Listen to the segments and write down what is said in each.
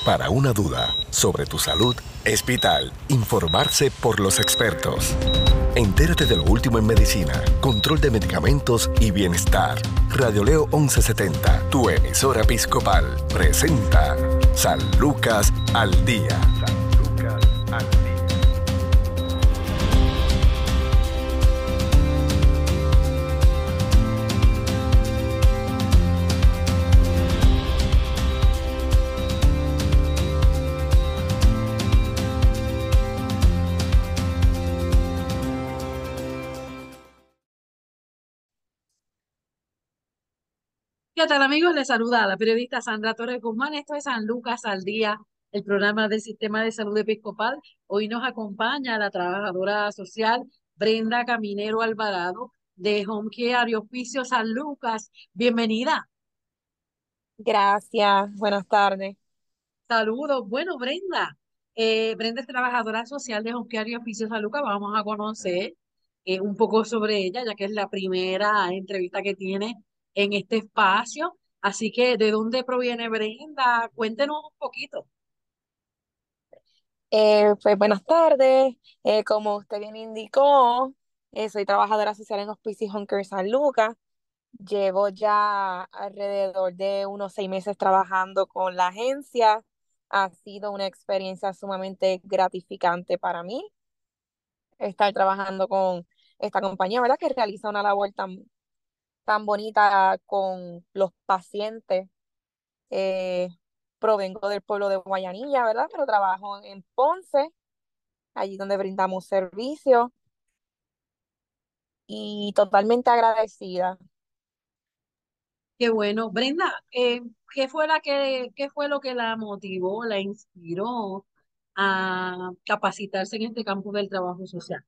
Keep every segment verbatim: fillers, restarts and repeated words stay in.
Para una duda sobre tu salud, es vital informarse por los expertos. Entérate de lo último en medicina, control de medicamentos y bienestar. Radio Leo once setenta, tu emisora episcopal, presenta San Lucas al Día. San Lucas al Día. ¿Qué tal, amigos? Les saluda la periodista Sandra Torres Guzmán. Esto es San Lucas al Día, el programa del Sistema de Salud Episcopal. Hoy nos acompaña la trabajadora social Brenda Caminero Alvarado de Home Care y Hospicio San Lucas. Bienvenida. Gracias, buenas tardes. Saludos. Bueno, Brenda, eh, Brenda es trabajadora social de Home Care y Hospicio San Lucas. Vamos a conocer eh, un poco sobre ella, ya que es la primera entrevista que tiene en este espacio. Así que, ¿de dónde proviene Brenda? Cuéntenos un poquito. Eh, pues buenas tardes. Eh, como usted bien indicó, eh, soy trabajadora social en Hospicio Home Care San Lucas. Llevo ya alrededor de unos seis meses trabajando con la agencia. Ha sido una experiencia sumamente gratificante para mí estar trabajando con esta compañía, ¿verdad? Que realiza una labor tan, tan bonita con los pacientes. Eh, Provengo del pueblo de Guayanilla, ¿verdad? Pero trabajo en Ponce, allí donde brindamos servicio y totalmente agradecida. Qué bueno. Brenda, eh, ¿qué fue la que, qué fue lo que la motivó, la inspiró a capacitarse en este campo del trabajo social?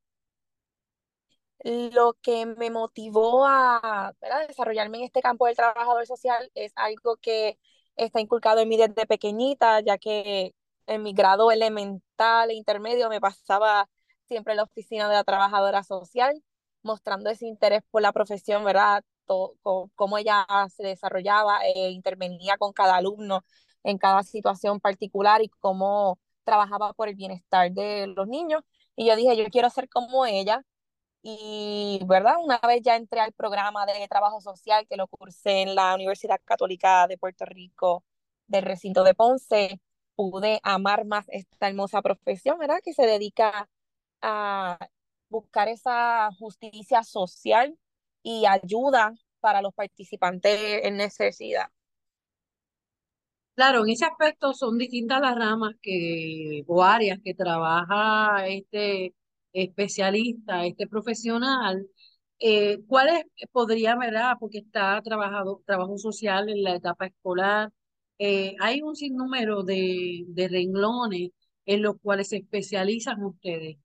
Lo que me motivó a, ¿verdad?, desarrollarme en este campo del trabajador social es algo que está inculcado en mí desde pequeñita, ya que en mi grado elemental e intermedio me pasaba siempre en la oficina de la trabajadora social, mostrando ese interés por la profesión, ¿verdad? To- co- cómo ella se desarrollaba e intervenía con cada alumno en cada situación particular y cómo trabajaba por el bienestar de los niños. Y yo dije, yo quiero ser como ella y, ¿verdad? Una vez ya entré al programa de trabajo social que lo cursé en la Universidad Católica de Puerto Rico del recinto de Ponce, pude amar más esta hermosa profesión, ¿verdad? Que se dedica a buscar esa justicia social y ayuda para los participantes en necesidad. Claro, en ese aspecto son distintas las ramas que, o áreas que trabaja este especialista, este profesional. Eh, ¿cuáles podría, verdad? Porque está trabajado, trabajo social en la etapa escolar. Eh, hay un sinnúmero de, de renglones en los cuales se especializan ustedes.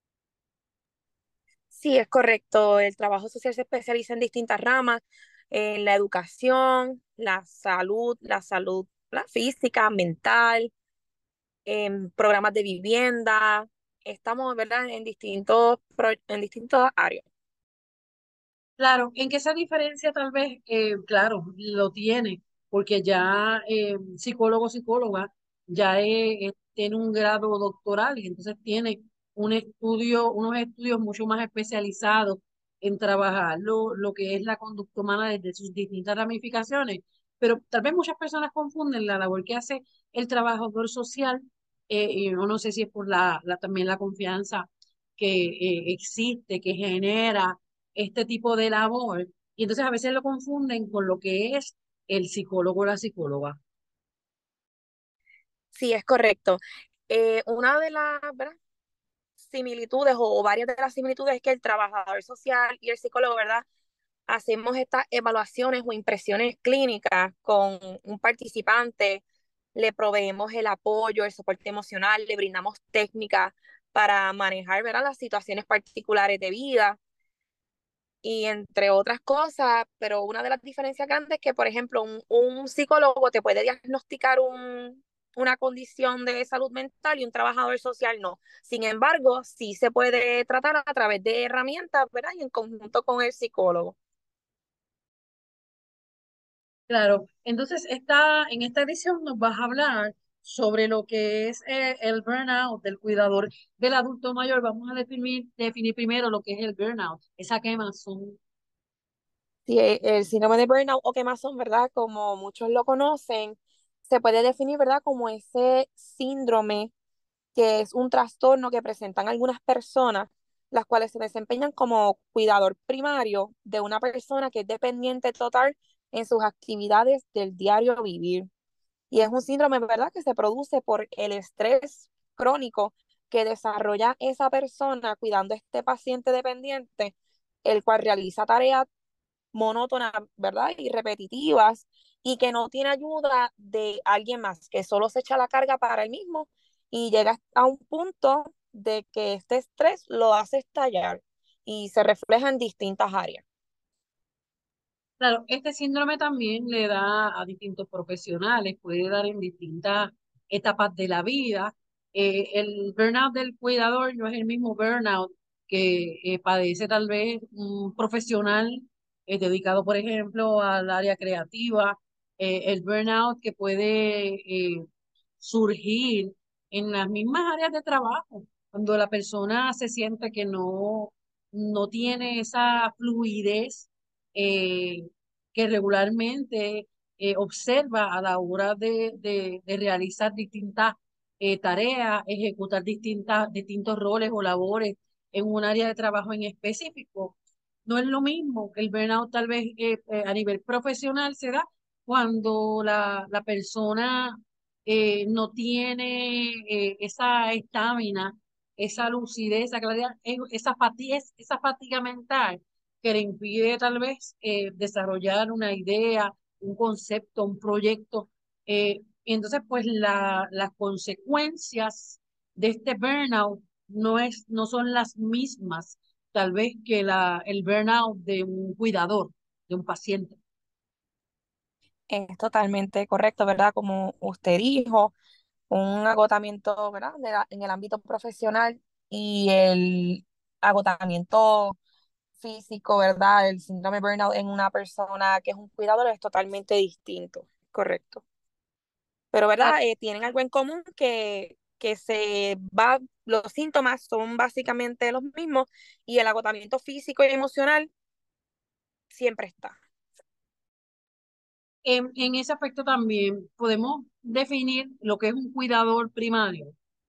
Sí, es correcto. El trabajo social se especializa en distintas ramas, en la educación, la salud, la salud, la física, mental, en programas de vivienda. Estamos, ¿verdad?, en distintos, pro- en distintas áreas. Claro, ¿en qué se diferencia tal vez? Eh, claro, lo tiene, porque ya eh, psicólogo, psicóloga, ya eh, eh, tiene un grado doctoral y entonces tiene un estudio, unos estudios mucho más especializados en trabajar lo, lo que es la conducta humana desde sus distintas ramificaciones. Pero tal vez muchas personas confunden la labor que hace el trabajador social, eh, y yo no sé si es por la, la- también la confianza que eh, existe, que genera este tipo de labor, y entonces a veces lo confunden con lo que es el psicólogo o la psicóloga. Sí, es correcto. Eh, una de las, ¿verdad?, similitudes o, o varias de las similitudes es que el trabajador social y el psicólogo, ¿verdad?, hacemos estas evaluaciones o impresiones clínicas con un participante, le proveemos el apoyo, el soporte emocional, le brindamos técnicas para manejar, ¿verdad?, las situaciones particulares de vida y entre otras cosas, pero una de las diferencias grandes es que, por ejemplo, un, un psicólogo te puede diagnosticar un, una condición de salud mental y un trabajador social no. Sin embargo, sí se puede tratar a través de herramientas, ¿verdad?, y en conjunto con el psicólogo. Claro, entonces esta, en esta edición nos vas a hablar sobre lo que es eh, el burnout del cuidador del adulto mayor, vamos a definir, definir primero lo que es el burnout, esa quemazón. Sí, e- el síndrome de burnout o quemazón, ¿verdad? Como muchos lo conocen, se puede definir, ¿verdad? Como ese síndrome que es un trastorno que presentan algunas personas, las cuales se desempeñan como cuidador primario de una persona que es dependiente total en sus actividades del diario vivir. Y es un síndrome, ¿verdad?, que se produce por el estrés crónico que desarrolla esa persona cuidando a este paciente dependiente, el cual realiza tareas monótonas, ¿verdad? Y repetitivas, y que no tiene ayuda de alguien más, que solo se echa la carga para él mismo y llega a un punto de que este estrés lo hace estallar y se refleja en distintas áreas. Claro, este síndrome también le da a distintos profesionales, puede dar en distintas etapas de la vida. Eh, el burnout del cuidador no es el mismo burnout que eh, padece tal vez un profesional eh, dedicado, por ejemplo, al área creativa. Eh, el burnout que puede eh, surgir en las mismas áreas de trabajo, cuando la persona se siente que no, no tiene esa fluidez eh, que regularmente eh, observa a la hora de, de- de realizar distintas eh, tareas, ejecutar distintas, distintos roles o labores en un área de trabajo en específico. No es lo mismo, el burnout tal vez eh, eh, a nivel profesional se da cuando la, la persona eh, no tiene eh, esa estamina, esa lucidez, esa claridad, eh, esa fatiga, esa fatiga mental que le impide tal vez eh, desarrollar una idea, un concepto, un proyecto. Eh, y entonces, pues la, las consecuencias de este burnout no, es, no son las mismas, tal vez, que la, el burnout de un cuidador, de un paciente. Es totalmente correcto, ¿verdad? Como usted dijo, un agotamiento, ¿verdad? De la- en el ámbito profesional y el agotamiento físico, ¿verdad? El síndrome burnout en una persona que es un cuidador es totalmente distinto, correcto. Pero, Ah, ¿verdad? Eh, tienen algo en común que, que se va, los síntomas son básicamente los mismos y el agotamiento físico y emocional siempre está. En, en ese aspecto también podemos definir lo que es un cuidador primario.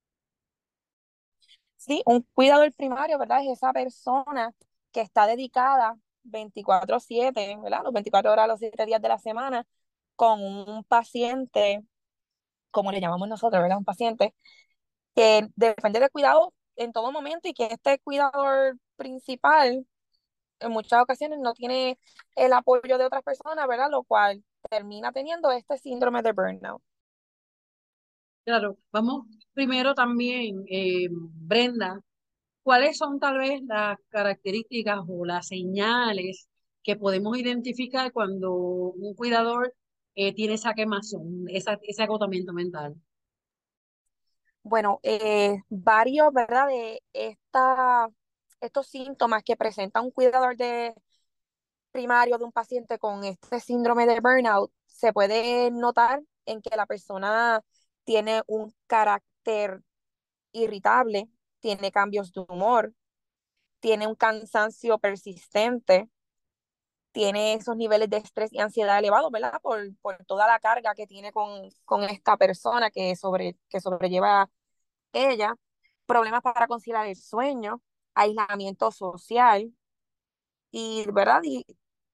Sí, un cuidador primario, ¿verdad? Es esa persona que está dedicada veinticuatro siete, ¿verdad? Los veinticuatro horas, los siete días de la semana, con un paciente, como le llamamos nosotros, ¿verdad? Un paciente que depende de cuidado en todo momento y que este cuidador principal en muchas ocasiones no tiene el apoyo de otras personas, ¿verdad? Lo cual termina teniendo este síndrome de burnout. Claro, vamos primero también, eh, Brenda, ¿cuáles son tal vez las características o las señales que podemos identificar cuando un cuidador eh, tiene esa quemazón, esa, ese agotamiento mental? Bueno, eh, varios, ¿verdad? De esta, estos síntomas que presenta un cuidador de primario de un paciente con este síndrome de burnout se puede notar en que la persona tiene un carácter irritable, tiene cambios de humor, tiene un cansancio persistente, tiene esos niveles de estrés y ansiedad elevados, ¿verdad? Por, por toda la carga que tiene con, con esta persona que, sobre, que sobrelleva ella, problemas para conciliar el sueño, aislamiento social y, ¿verdad? Y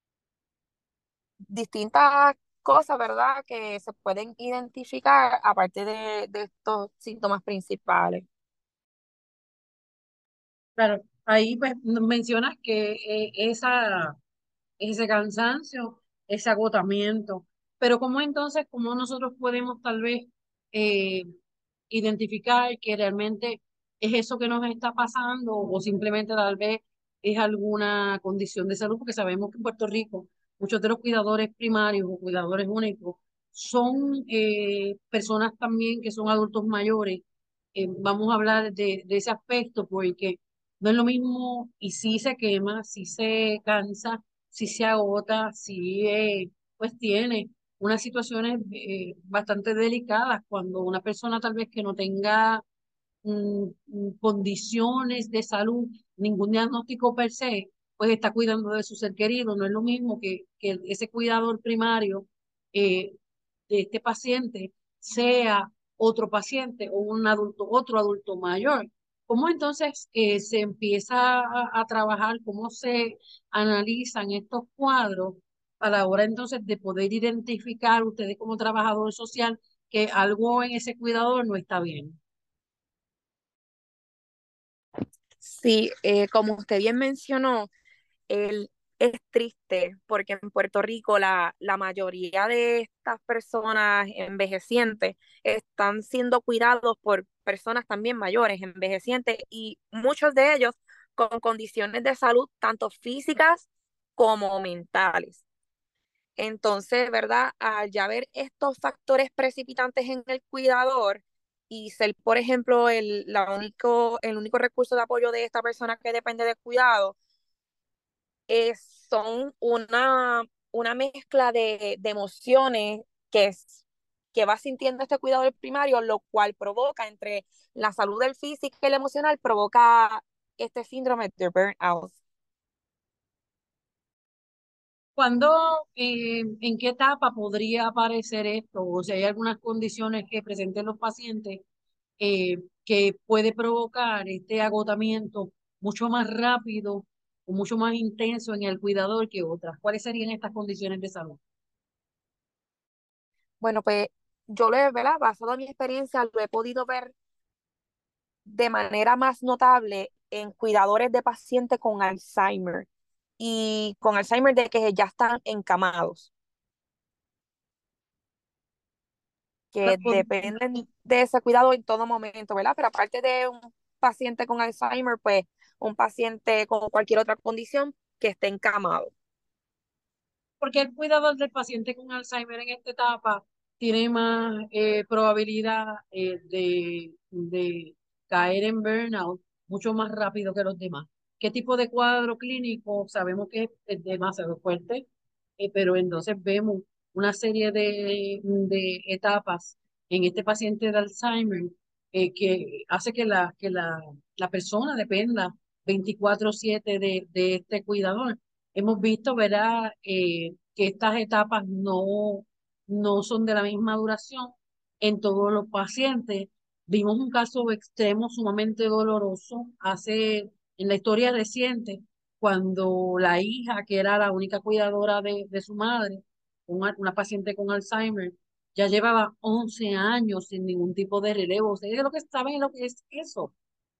distintas cosas, ¿verdad? Que se pueden identificar aparte de, de estos síntomas principales. Claro, ahí pues mencionas que eh, esa, ese cansancio, ese agotamiento, pero ¿cómo entonces, cómo nosotros podemos tal vez eh, identificar que realmente es eso que nos está pasando o simplemente tal vez es alguna condición de salud? Porque sabemos que en Puerto Rico muchos de los cuidadores primarios o cuidadores únicos son eh, personas también que son adultos mayores. Eh, vamos a hablar de, de ese aspecto porque no es lo mismo y sí se quema, sí se cansa, sí se agota, sí eh, pues tiene unas situaciones eh, bastante delicadas cuando una persona tal vez que no tenga mm, mm, condiciones de salud, ningún diagnóstico per se, pues está cuidando de su ser querido. No es lo mismo que, que ese cuidador primario eh, de este paciente sea otro paciente o un adulto, otro adulto mayor. ¿Cómo entonces eh, se empieza a, a trabajar, cómo se analizan estos cuadros a la hora entonces de poder identificar ustedes como trabajador social que algo en ese cuidador no está bien? Sí, eh, como usted bien mencionó, el, es triste porque en Puerto Rico la, la mayoría de estas personas envejecientes están siendo cuidados por personas también mayores, envejecientes, y muchos de ellos con condiciones de salud tanto físicas como mentales. Entonces, ¿verdad? Al ya ver estos factores precipitantes en el cuidador y ser, por ejemplo, el, la único, el único recurso de apoyo de esta persona que depende de cuidado, eh, son una, una mezcla de, de emociones que, es, que va sintiendo este cuidador primario, lo cual provoca entre la salud del físico y el emocional, provoca este síndrome de burnout. ¿Cuándo, eh, en qué etapa podría aparecer esto? O si hay algunas condiciones que presenten los pacientes eh, que puede provocar este agotamiento mucho más rápido o mucho más intenso en el cuidador que otras. ¿Cuáles serían estas condiciones de salud? Bueno, pues yo lo he, ¿verdad? Basado en mi experiencia, lo he podido ver de manera más notable en cuidadores de pacientes con Alzheimer y con Alzheimer de que ya están encamados, que dependen de ese cuidado en todo momento, ¿verdad? Pero aparte de un paciente con Alzheimer, pues un paciente con cualquier otra condición que esté encamado. Porque el cuidador del paciente con Alzheimer en esta etapa tiene más eh, probabilidad eh, de, de caer en burnout mucho más rápido que los demás. ¿Qué tipo de cuadro clínico? Sabemos que es demasiado fuerte, eh, pero entonces vemos una serie de, de etapas en este paciente de Alzheimer eh, que hace que la, que la, la persona dependa veinticuatro siete de, de este cuidador. Hemos visto, ¿verdad?, eh, que estas etapas no, no son de la misma duración en todos los pacientes. Vimos un caso extremo sumamente doloroso hace, en la historia reciente, cuando la hija, que era la única cuidadora de, de su madre, una, una paciente con Alzheimer, ya llevaba once años sin ningún tipo de relevo. ¿Ustedes lo que saben lo que es eso?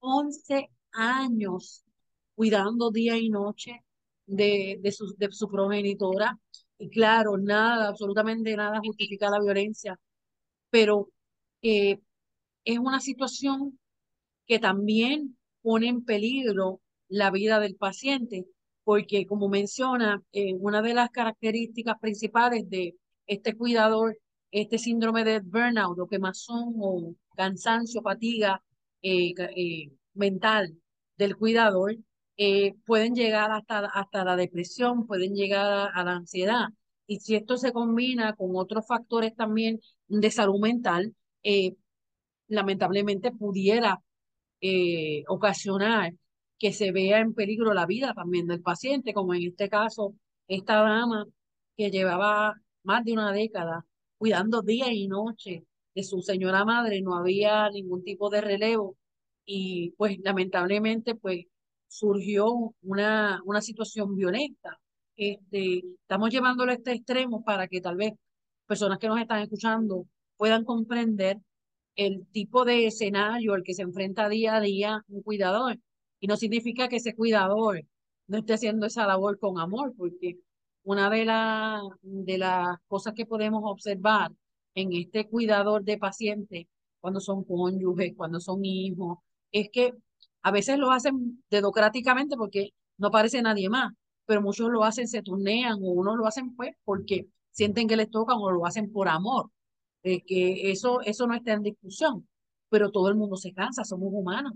Once años cuidando día y noche de, de, su, de su progenitora. Y claro, nada, absolutamente nada justifica la violencia, pero eh, es una situación que también pone en peligro la vida del paciente, porque como menciona, eh, una de las características principales de este cuidador, este síndrome de burnout, o quemazón o cansancio, fatiga eh, eh, mental del cuidador, eh, pueden llegar hasta, hasta la depresión, pueden llegar a, a la ansiedad. Y si esto se combina con otros factores también de salud mental, eh, lamentablemente pudiera eh, ocasionar que se vea en peligro la vida también del paciente, como en este caso, esta dama que llevaba más de una década cuidando día y noche de su señora madre, no había ningún tipo de relevo y pues lamentablemente pues surgió una, una situación violenta. Este, estamos llevándolo a este extremo para que tal vez personas que nos están escuchando puedan comprender el tipo de escenario al que se enfrenta día a día un cuidador. Y no significa que ese cuidador no esté haciendo esa labor con amor, porque una de, la, de las cosas que podemos observar en este cuidador de pacientes, cuando son cónyuges, cuando son hijos, es que a veces lo hacen dedocráticamente porque no parece nadie más, pero muchos lo hacen, se turnean, o unos lo hacen pues porque sienten que les tocan, o lo hacen por amor, eh, que eso, eso no está en discusión, pero todo el mundo se cansa, somos humanos.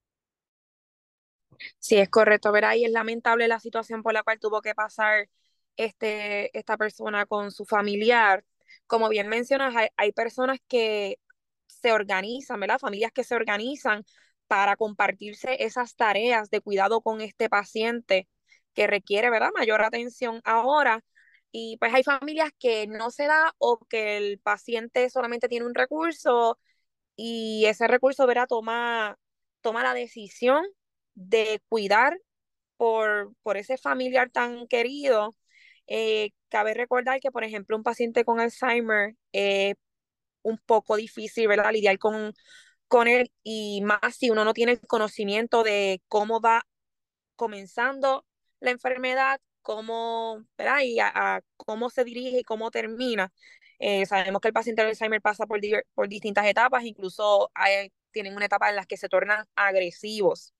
Sí, es correcto, ¿verdad? Y es lamentable la situación por la cual tuvo que pasar este, esta persona con su familiar. Como bien mencionas, hay, hay personas que se organizan, ¿verdad? Familias que se organizan para compartirse esas tareas de cuidado con este paciente que requiere, ¿verdad? Mayor atención ahora. Y pues hay familias que no se da o que el paciente solamente tiene un recurso y ese recurso, ¿verdad? Toma, toma la decisión de cuidar por, por ese familiar tan querido. Eh, cabe recordar que, por ejemplo, un paciente con Alzheimer es un poco difícil, ¿verdad? Lidiar con, con él y más si uno no tiene el conocimiento de cómo va comenzando la enfermedad, cómo, ¿verdad? Y a, a cómo se dirige y cómo termina. Eh, sabemos que el paciente de Alzheimer pasa por, di por distintas etapas, incluso hay, tienen una etapa en la que se tornan agresivos.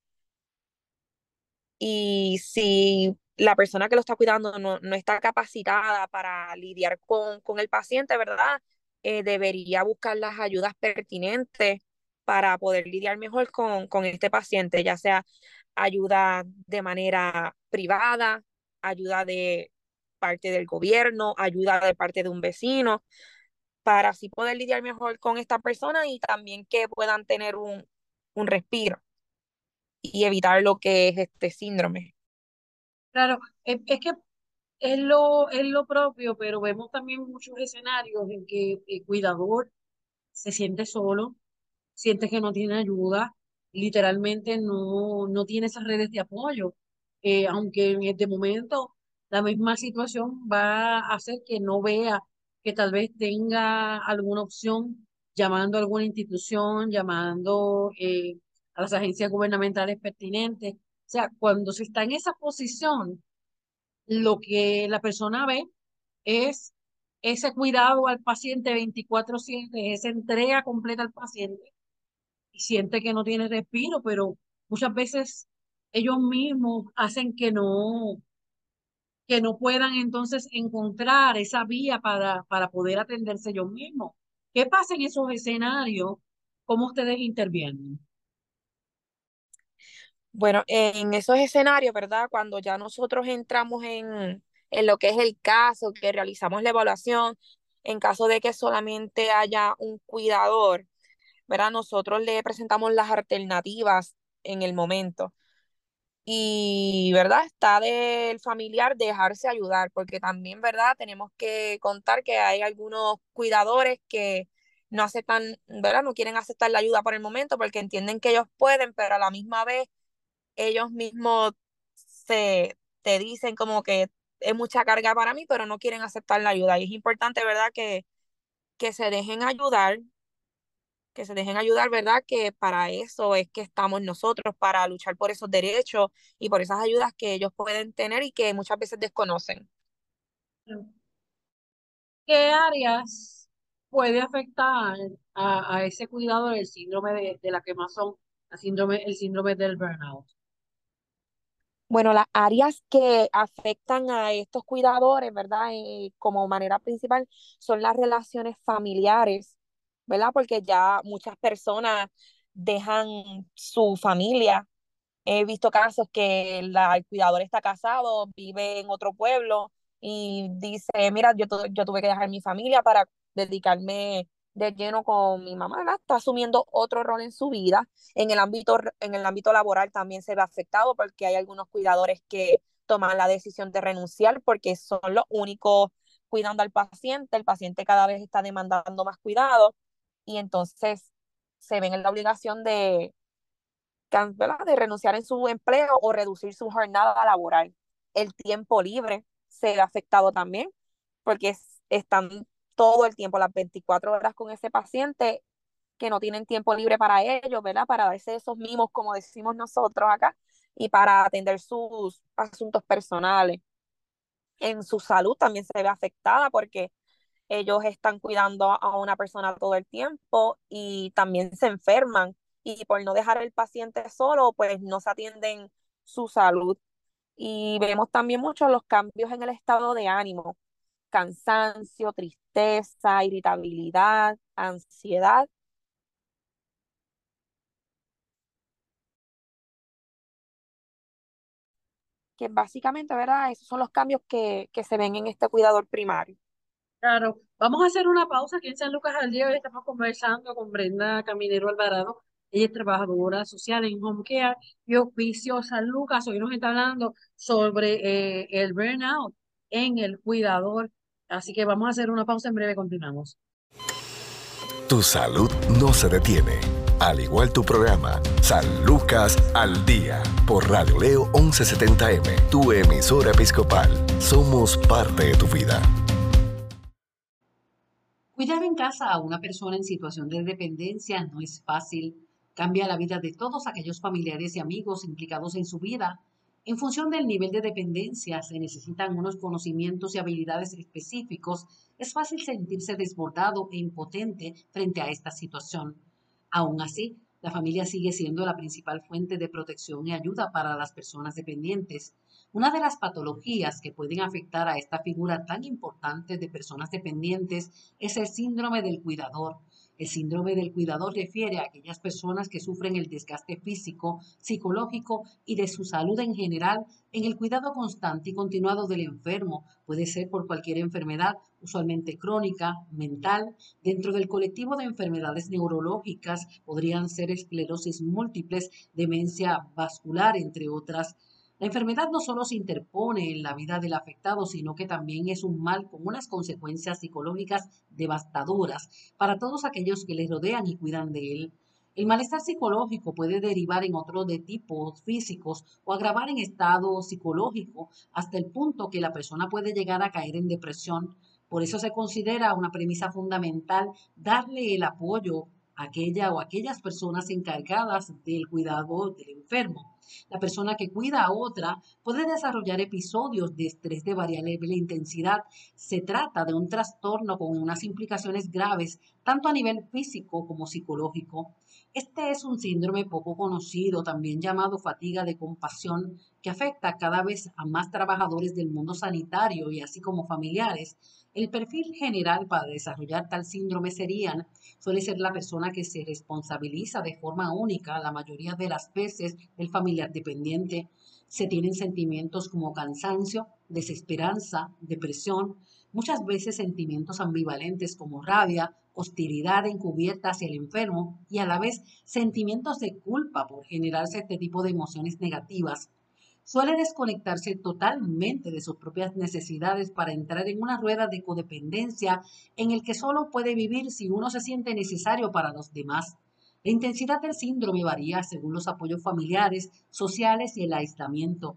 Y si la persona que lo está cuidando no, no está capacitada para lidiar con, con el paciente, ¿verdad? Eh, debería buscar las ayudas pertinentes para poder lidiar mejor con, con este paciente, ya sea ayuda de manera privada, ayuda de parte del gobierno, ayuda de parte de un vecino, para así poder lidiar mejor con esta persona y también que puedan tener un, un respiro y evitar lo que es este síndrome. Claro, es, es que es lo, es lo propio, pero vemos también muchos escenarios en que el cuidador se siente solo, siente que no tiene ayuda, literalmente no, no tiene esas redes de apoyo, eh, aunque en este momento la misma situación va a hacer que no vea que tal vez tenga alguna opción llamando a alguna institución, llamando eh, a las agencias gubernamentales pertinentes. O sea, cuando se está en esa posición, lo que la persona ve es ese cuidado al paciente veinticuatro siete, esa entrega completa al paciente y siente que no tiene respiro, pero muchas veces ellos mismos hacen que no, que no puedan entonces encontrar esa vía para, para poder atenderse ellos mismos. ¿Qué pasa en esos escenarios? ¿Cómo ustedes intervienen? Bueno, en esos escenarios, ¿verdad? Cuando ya nosotros entramos en, en lo que es el caso, que realizamos la evaluación, en caso de que solamente haya un cuidador, ¿verdad? Nosotros le presentamos las alternativas en el momento. Y, ¿verdad? Está del familiar dejarse ayudar, porque también, ¿verdad? Tenemos que contar que hay algunos cuidadores que no aceptan, ¿verdad? No quieren aceptar la ayuda por el momento porque entienden que ellos pueden, pero a la misma vez ellos mismos se te dicen como que es mucha carga para mí, pero no quieren aceptar la ayuda. Y es importante, ¿verdad? Que, que se dejen ayudar, que se dejen ayudar, ¿verdad? Que para eso es que estamos nosotros, para luchar por esos derechos y por esas ayudas que ellos pueden tener y que muchas veces desconocen. ¿Qué áreas puede afectar a, a ese cuidador el síndrome de, de la quemazón, la síndrome, el síndrome del burnout? Bueno, las áreas que afectan a estos cuidadores, ¿verdad? Eh, como manera principal son las relaciones familiares, ¿verdad? Porque ya muchas personas dejan su familia. He visto casos que la- el cuidador está casado, vive en otro pueblo y dice, mira, yo, tu- yo tuve que dejar mi familia para dedicarme de lleno con mi mamá, ¿verdad? Está asumiendo otro rol en su vida. En el ámbito, en el ámbito laboral también se ve afectado porque hay algunos cuidadores que toman la decisión de renunciar porque son los únicos cuidando al paciente. El paciente cada vez está demandando más cuidado y entonces se ven en la obligación de ¿verdad? De renunciar en su empleo o reducir su jornada laboral. El tiempo libre se ve afectado también porque es, están todo el tiempo, las veinticuatro horas con ese paciente que no tienen tiempo libre para ellos, ¿verdad? Para darse esos mimos, como decimos nosotros acá, y para atender sus asuntos personales. En su salud también se ve afectada porque ellos están cuidando a una persona todo el tiempo y también se enferman y por no dejar al paciente solo, pues no se atienden su salud. Y vemos también mucho los cambios en el estado de ánimo, cansancio, tristeza, irritabilidad, ansiedad, que básicamente, ¿verdad? Esos son los cambios que, que se ven en este cuidador primario. Claro, vamos a hacer una pausa aquí en San Lucas al Día. Hoy estamos conversando con Brenda Caminero Alvarado. Ella es trabajadora social en Home Care y Hospicio San Lucas. Hoy nos está hablando sobre eh, el burnout en el cuidador. Así que vamos a hacer una pausa, en breve continuamos. Tu salud no se detiene, al igual tu programa San Lucas al Día por Radio Leo once setenta eme, tu emisora episcopal. Somos parte de tu vida. Cuidar en casa a una persona en situación de dependencia no es fácil. Cambia la vida de todos aquellos familiares y amigos implicados en su vida. En función del nivel de dependencia, se necesitan unos conocimientos y habilidades específicos. Es fácil sentirse desbordado e impotente frente a esta situación. Aún así, la familia sigue siendo la principal fuente de protección y ayuda para las personas dependientes. Una de las patologías que pueden afectar a esta figura tan importante de personas dependientes es el síndrome del cuidador. El síndrome del cuidador refiere a aquellas personas que sufren el desgaste físico, psicológico y de su salud en general en el cuidado constante y continuado del enfermo. Puede ser por cualquier enfermedad, usualmente crónica, mental. Dentro del colectivo de enfermedades neurológicas podrían ser esclerosis múltiples, demencia vascular, entre otras. La enfermedad no solo se interpone en la vida del afectado, sino que también es un mal con unas consecuencias psicológicas devastadoras para todos aquellos que le rodean y cuidan de él. El malestar psicológico puede derivar en otro de tipos físicos o agravar en estado psicológico hasta el punto que la persona puede llegar a caer en depresión. Por eso se considera una premisa fundamental darle el apoyo a aquella o aquellas personas encargadas del cuidado del enfermo. La persona que cuida a otra puede desarrollar episodios de estrés de variable intensidad. Se trata de un trastorno con unas implicaciones graves, tanto a nivel físico como psicológico. Este es un síndrome poco conocido, también llamado fatiga de compasión, que afecta cada vez a más trabajadores del mundo sanitario y así como familiares. El perfil general para desarrollar tal síndrome serían, suele ser la persona que se responsabiliza de forma única la mayoría de las veces del familiar dependiente. Se tienen sentimientos como cansancio, desesperanza, depresión, muchas veces sentimientos ambivalentes como rabia, hostilidad encubierta hacia el enfermo y a la vez sentimientos de culpa por generarse este tipo de emociones negativas. Suele desconectarse totalmente de sus propias necesidades para entrar en una rueda de codependencia en el que solo puede vivir si uno se siente necesario para los demás. La intensidad del síndrome varía según los apoyos familiares, sociales y el aislamiento.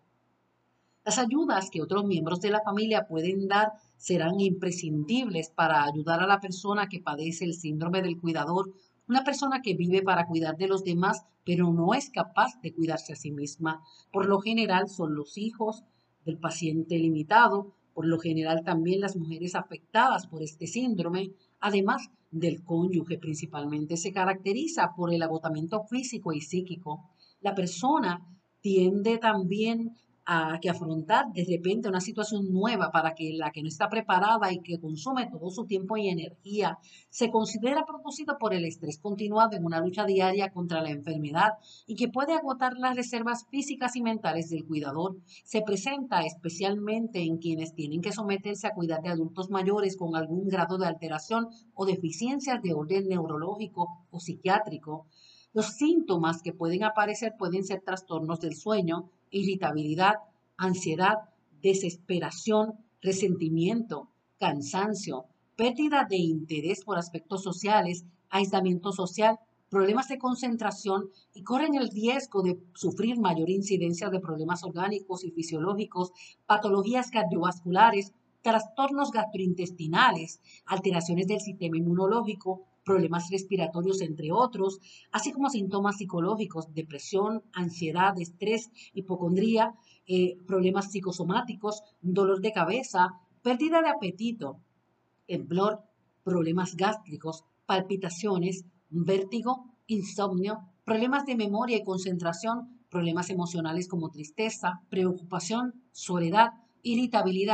Las ayudas que otros miembros de la familia pueden dar serán imprescindibles para ayudar a la persona que padece el síndrome del cuidador, una persona que vive para cuidar de los demás, pero no es capaz de cuidarse a sí misma. Por lo general son los hijos del paciente limitado, por lo general también las mujeres afectadas por este síndrome, además del cónyuge principalmente, se caracteriza por el agotamiento físico y psíquico. La persona tiende también a que afrontar de repente una situación nueva para que la que no está preparada y que consume todo su tiempo y energía se considera producido por el estrés continuado en una lucha diaria contra la enfermedad y que puede agotar las reservas físicas y mentales del cuidador. Se presenta especialmente en quienes tienen que someterse a cuidar de adultos mayores con algún grado de alteración o deficiencias de orden neurológico o psiquiátrico. Los síntomas que pueden aparecer pueden ser trastornos del sueño, irritabilidad, ansiedad, desesperación, resentimiento, cansancio, pérdida de interés por aspectos sociales, aislamiento social, problemas de concentración y corren el riesgo de sufrir mayor incidencia de problemas orgánicos y fisiológicos, patologías cardiovasculares, trastornos gastrointestinales, alteraciones del sistema inmunológico, problemas respiratorios, entre otros, así como síntomas psicológicos, depresión, ansiedad, estrés, hipocondría, eh, problemas psicosomáticos, dolor de cabeza, pérdida de apetito, temblor, problemas gástricos, palpitaciones, vértigo, insomnio, problemas de memoria y concentración, problemas emocionales como tristeza, preocupación, soledad, irritabilidad,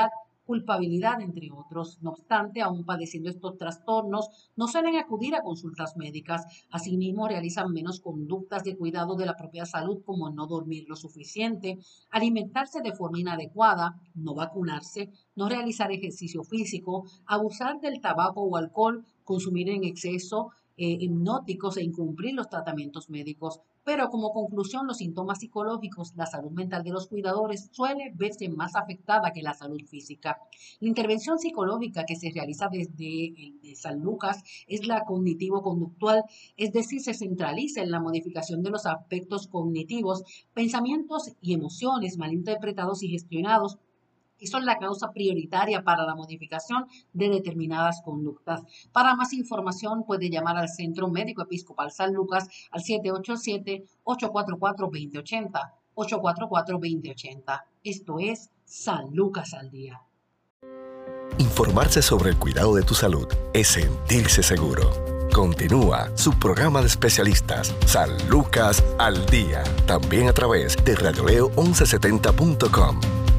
culpabilidad, entre otros. No obstante, aún padeciendo estos trastornos, no suelen acudir a consultas médicas. Asimismo, realizan menos conductas de cuidado de la propia salud, como no dormir lo suficiente, alimentarse de forma inadecuada, no vacunarse, no realizar ejercicio físico, abusar del tabaco o alcohol, consumir en exceso eh, hipnóticos e incumplir los tratamientos médicos. Pero como conclusión, los síntomas psicológicos, la salud mental de los cuidadores suele verse más afectada que la salud física. La intervención psicológica que se realiza desde el de San Lucas es la cognitivo-conductual, es decir, se centraliza en la modificación de los aspectos cognitivos, pensamientos y emociones mal interpretados y gestionados, y son la causa prioritaria para la modificación de determinadas conductas. Para más información puede llamar al Centro Médico Episcopal San Lucas al siete ocho siete, ocho cuatro cuatro, dos cero ocho cero, ocho cuatro cuatro, dos cero ocho cero. Esto es San Lucas al Día. Informarse sobre el cuidado de tu salud es sentirse seguro. Continúa su programa de especialistas, San Lucas al Día, también a través de radioleo once setenta punto com.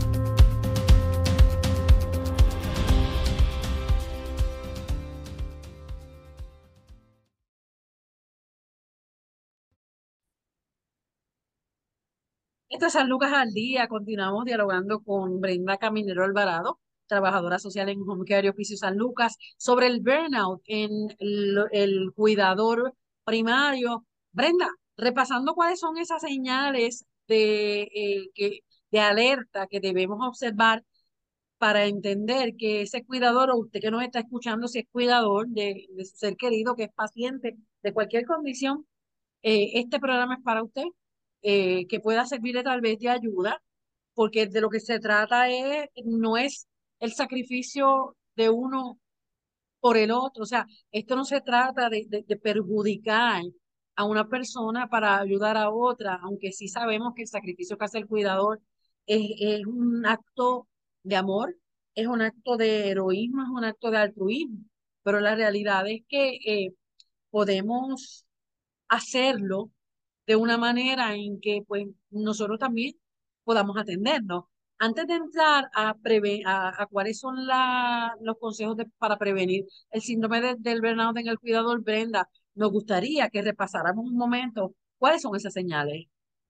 Esto es San Lucas al Día. Continuamos dialogando con Brenda Caminero Alvarado, trabajadora social en Home Care y Oficio San Lucas, sobre el burnout en el, el cuidador primario. Brenda, repasando cuáles son esas señales de, eh, que, de alerta que debemos observar para entender que ese cuidador, o usted que nos está escuchando, si es cuidador de, de su ser querido, que es paciente de cualquier condición, eh, este programa es para usted, eh, que pueda servirle tal vez de ayuda, porque de lo que se trata es, no es el sacrificio de uno por el otro. O sea, esto no se trata de, de, de perjudicar a una persona para ayudar a otra, aunque sí sabemos que el sacrificio que hace el cuidador es, es un acto de amor, es un acto de heroísmo, es un acto de altruismo, pero la realidad es que eh, podemos hacerlo de una manera en que pues nosotros también podamos atendernos. Antes de entrar a, preve a, a cuáles son la, los consejos de, para prevenir el síndrome de, del burnout en el cuidador, Brenda, nos gustaría que repasáramos un momento cuáles son esas señales.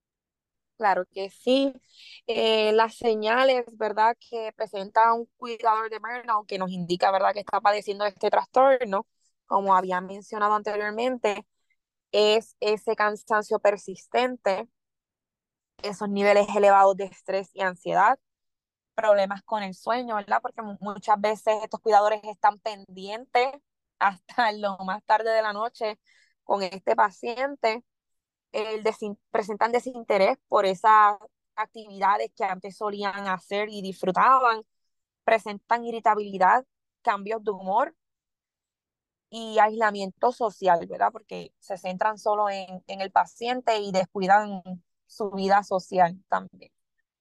Claro que sí. Eh, las señales, ¿verdad?, que presenta un cuidador de burnout, que nos indica, ¿verdad?, que está padeciendo este trastorno, como había mencionado anteriormente, es ese cansancio persistente, esos niveles elevados de estrés y ansiedad, problemas con el sueño, ¿verdad? Porque mu- muchas veces estos cuidadores están pendientes hasta lo más tarde de la noche con este paciente, el desin- presentan desinterés por esas actividades que antes solían hacer y disfrutaban, presentan irritabilidad, cambios de humor y aislamiento social, ¿verdad? Porque se centran solo en, en el paciente y descuidan su vida social también.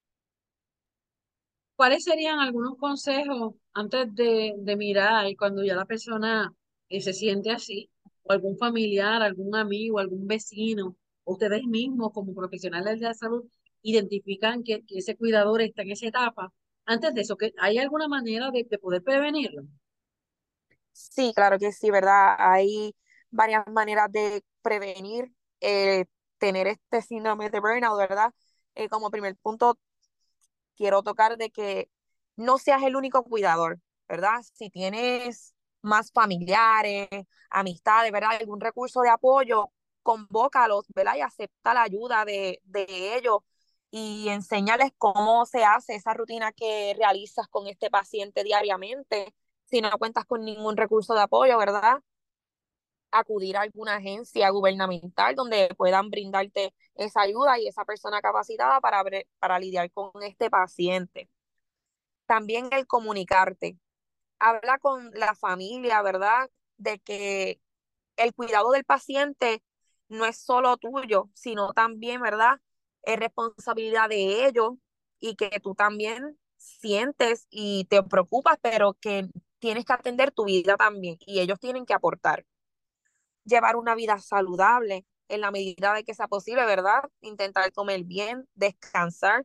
¿Cuáles serían algunos consejos antes de, de mirar y cuando ya la persona eh, se siente así, o algún familiar, algún amigo, algún vecino, ustedes mismos como profesionales de la salud identifican que, que ese cuidador está en esa etapa? Antes de eso, ¿que ¿hay alguna manera de, de poder prevenirlo? Sí, claro que sí, ¿verdad? Hay varias maneras de prevenir eh, tener este síndrome de burnout, ¿verdad? Eh, como primer punto, quiero tocar de que no seas el único cuidador, ¿verdad? Si tienes más familiares, amistades, ¿verdad? Algún recurso de apoyo, convócalos, ¿verdad? Y acepta la ayuda de, de ellos y enséñales cómo se hace esa rutina que realizas con este paciente diariamente. Si no cuentas con ningún recurso de apoyo, ¿verdad?, acudir a alguna agencia gubernamental donde puedan brindarte esa ayuda y esa persona capacitada para, para lidiar con este paciente. También el comunicarte. Habla con la familia, ¿verdad? De que el cuidado del paciente no es solo tuyo, sino también, ¿verdad?, es responsabilidad de ellos y que tú también sientes y te preocupas, pero que tienes que atender tu vida también y ellos tienen que aportar. Llevar una vida saludable en la medida de que sea posible, ¿verdad? Intentar comer bien, descansar,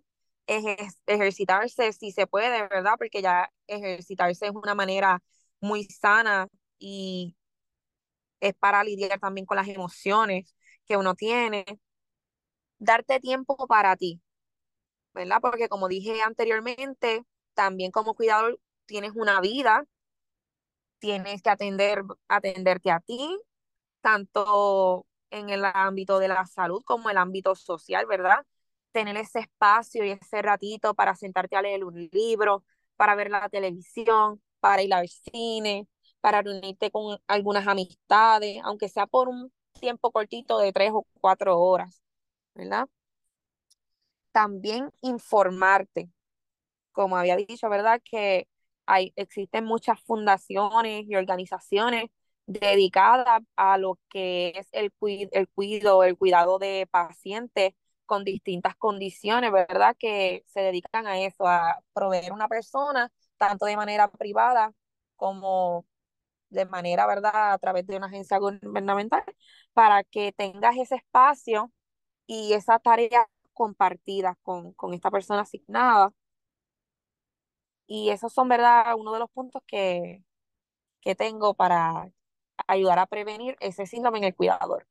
ejer- ejercitarse si se puede, ¿verdad? Porque ya ejercitarse es una manera muy sana y es para lidiar también con las emociones que uno tiene. Darte tiempo para ti, ¿verdad? Porque como dije anteriormente, también como cuidador tienes una vida, tienes que atender, atenderte a ti, tanto en el ámbito de la salud como el ámbito social, ¿verdad? Tener ese espacio y ese ratito para sentarte a leer un libro, para ver la televisión, para ir al cine, para reunirte con algunas amistades, aunque sea por un tiempo cortito de tres o cuatro horas, ¿verdad? También informarte, como había dicho, ¿verdad? Que hay, existen muchas fundaciones y organizaciones dedicadas a lo que es el, cui- el cuido, el cuidado de pacientes con distintas condiciones, ¿verdad? Que se dedican a eso, a proveer una persona, tanto de manera privada como de manera, ¿verdad?, a través de una agencia gubernamental, para que tengas ese espacio y esa tarea compartida con, con esta persona asignada. Y esos son, ¿verdad?, uno de los puntos que, que tengo para ayudar a prevenir ese síndrome en el cuidador.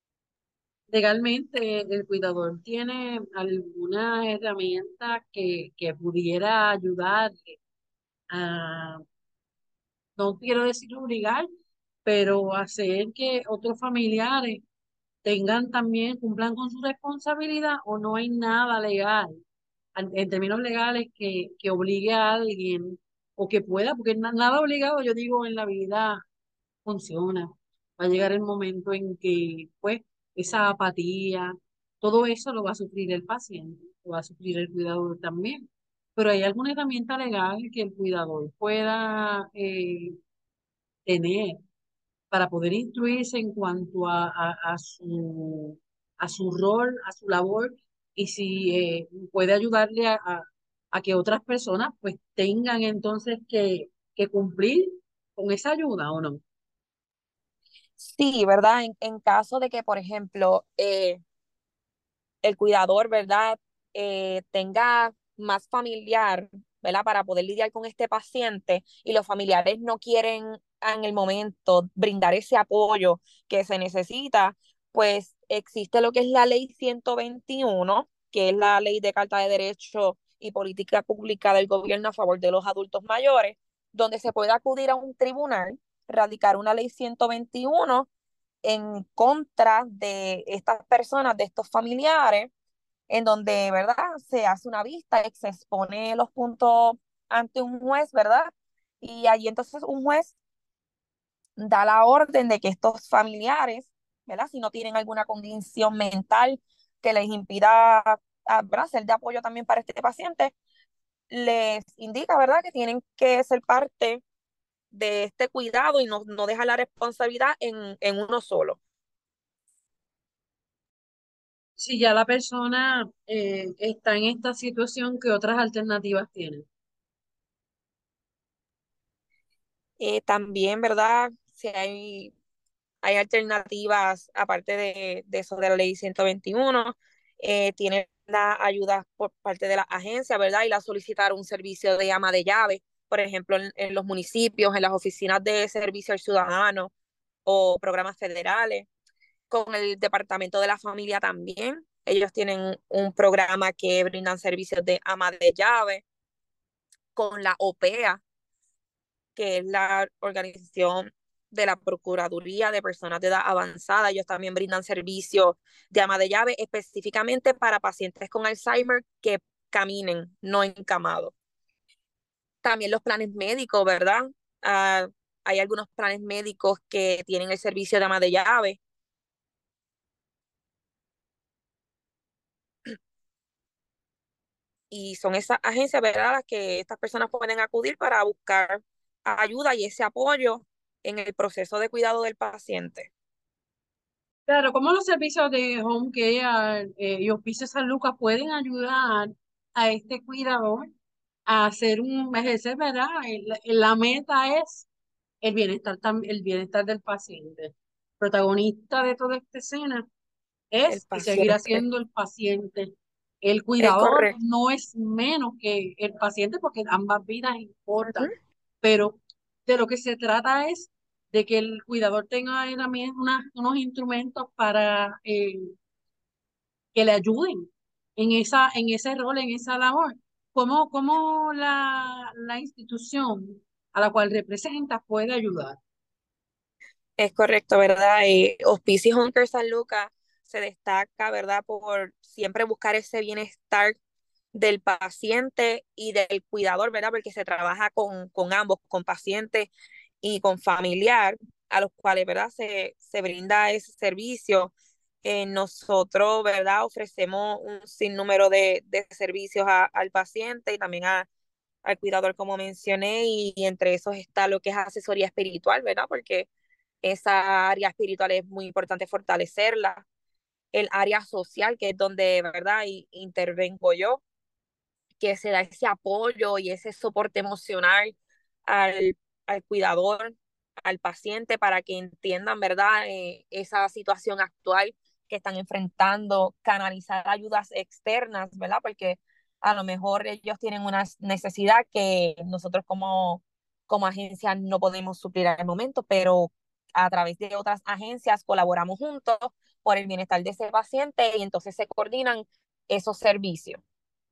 Legalmente, el cuidador tiene alguna herramienta que, que pudiera ayudarle a, no quiero decir obligar, pero hacer que otros familiares tengan también, cumplan con su responsabilidad, o no hay nada legal, en en términos legales, que, que obligue a alguien o que pueda, porque na- nada obligado, yo digo, en la vida funciona. Va a llegar el momento en que, pues, esa apatía, todo eso lo va a sufrir el paciente, lo va a sufrir el cuidador también. Pero hay alguna herramienta legal que el cuidador pueda eh, tener para poder instruirse en cuanto a, a, a su, a su rol, a su labor, y si eh, puede ayudarle a, a, a que otras personas pues tengan entonces que, que cumplir con esa ayuda, ¿o no? Sí, ¿verdad? En, en caso de que, por ejemplo, eh, el cuidador, ¿verdad?, eh, tenga más familiar, ¿verdad?, para poder lidiar con este paciente y los familiares no quieren en el momento brindar ese apoyo que se necesita, pues existe lo que es la ley ciento veintiuno, que es la ley de Carta de Derecho y Política Pública del Gobierno a favor de los adultos mayores, donde se puede acudir a un tribunal, radicar una ley ciento veintiuno en contra de estas personas, de estos familiares, en donde, ¿verdad?, se hace una vista y se expone los puntos ante un juez, ¿verdad? Y allí entonces un juez da la orden de que estos familiares, ¿verdad?, si no tienen alguna condición mental que les impida, ah, ¿verdad?, ser de apoyo también para este paciente, les indica, ¿verdad?, que tienen que ser parte de este cuidado y no, no dejar la responsabilidad en, en uno solo. Si ya la persona eh, está en esta situación, ¿qué otras alternativas tiene? Eh, también, ¿verdad? Si hay, hay alternativas aparte de, de eso de la ley ciento veintiuno, eh, tiene la ayuda por parte de la agencia, ¿verdad? Y la solicitar un servicio de ama de llave, por ejemplo, en, en los municipios, en las oficinas de servicio al ciudadano o programas federales, con el Departamento de la Familia también. Ellos tienen un programa que brindan servicios de ama de llave, con la O P E A, que es la organización de la Procuraduría de Personas de Edad Avanzada. Ellos también brindan servicios de ama de llave específicamente para pacientes con Alzheimer que caminen, no encamados. También los planes médicos, ¿verdad? Uh, hay algunos planes médicos que tienen el servicio de ama de llave. Y son esas agencias, ¿verdad?, las que estas personas pueden acudir para buscar ayuda y ese apoyo en el proceso de cuidado del paciente. Claro, ¿cómo los servicios de home care eh, y Hospicio San Lucas pueden ayudar a este cuidador a hacer un ejercer, ¿verdad? El- La meta es el bienestar, tam- el bienestar del paciente. Protagonista de toda esta escena El es y seguirá paciente. siendo el paciente. El Es cuidador correcto. no es menos que el paciente porque ambas vidas importan, Ujú. pero de lo que se trata es de que el cuidador tenga herramien- unas- unos instrumentos para eh, que le ayuden en esa, en ese rol, en esa labor. ¿Cómo, cómo la, la institución a la cual representa puede ayudar? Es correcto, ¿verdad? Eh, Hospicio Home Care San Lucas se destaca, ¿verdad? Por siempre buscar ese bienestar del paciente y del cuidador, ¿verdad? Porque se trabaja con, con ambos, con paciente y con familiar, a los cuales, ¿verdad? Se, se brinda ese servicio. Eh, nosotros, ¿verdad? Ofrecemos un sinnúmero de, de servicios a- al paciente y también a, al cuidador, como mencioné, y, y entre esos está lo que es asesoría espiritual, ¿verdad? Porque esa área espiritual es muy importante fortalecerla. El área social, que es donde, ¿verdad? Y intervengo yo, que se da ese apoyo y ese soporte emocional al, al cuidador, al paciente, para que entiendan, ¿verdad? Eh, esa situación actual que están enfrentando, canalizar ayudas externas, ¿verdad? Porque a lo mejor ellos tienen una necesidad que nosotros como, como agencia no podemos suplir al momento, pero a través de otras agencias colaboramos juntos por el bienestar de ese paciente y entonces se coordinan esos servicios.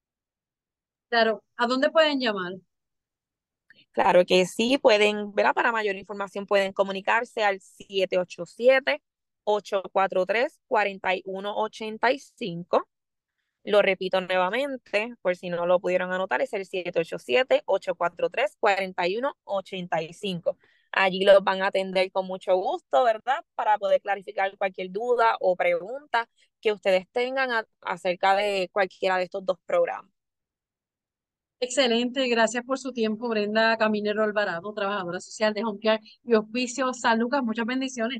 Claro, ¿a dónde pueden llamar? Claro que sí, pueden, ¿verdad? Para mayor información pueden comunicarse al siete ocho siete, ocho cuatro tres, cuatro uno ocho cinco. Lo repito nuevamente, por si no lo pudieron anotar, es el siete ocho siete, ocho cuatro tres, cuatro uno ocho cinco. Allí los van a atender con mucho gusto, ¿verdad? Para poder clarificar cualquier duda o pregunta que ustedes tengan a- acerca de cualquiera de estos dos programas. Excelente, gracias por su tiempo, Brenda Caminero Alvarado, trabajadora social de Home Care y Hospicio San Lucas. Muchas bendiciones.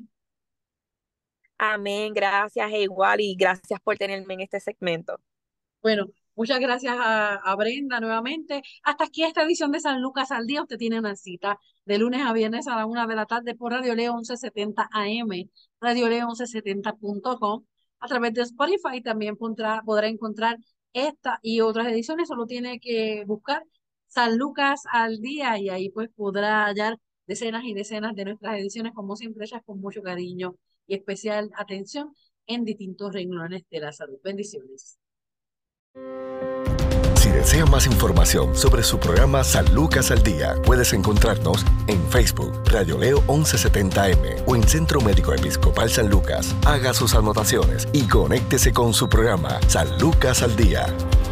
Amén, gracias e igual y gracias por tenerme en este segmento. Bueno, muchas gracias a, a Brenda nuevamente. Hasta aquí esta edición de San Lucas al Día. Usted tiene una cita de lunes a viernes a la una de la tarde por Radio Leo once setenta A M, Radio Leo once setenta punto com. A través de Spotify también podrá, podrá encontrar esta y otras ediciones. Solo tiene que buscar San Lucas al Día y ahí pues podrá hallar decenas y decenas de nuestras ediciones, como siempre, hechas con mucho cariño y especial atención en distintos renglones de la salud. Bendiciones. Si desea más información sobre su programa San Lucas al Día, puedes encontrarnos en Facebook, Radio Leo once setenta M o en Centro Médico Episcopal San Lucas. Haga sus anotaciones y conéctese con su programa San Lucas al Día.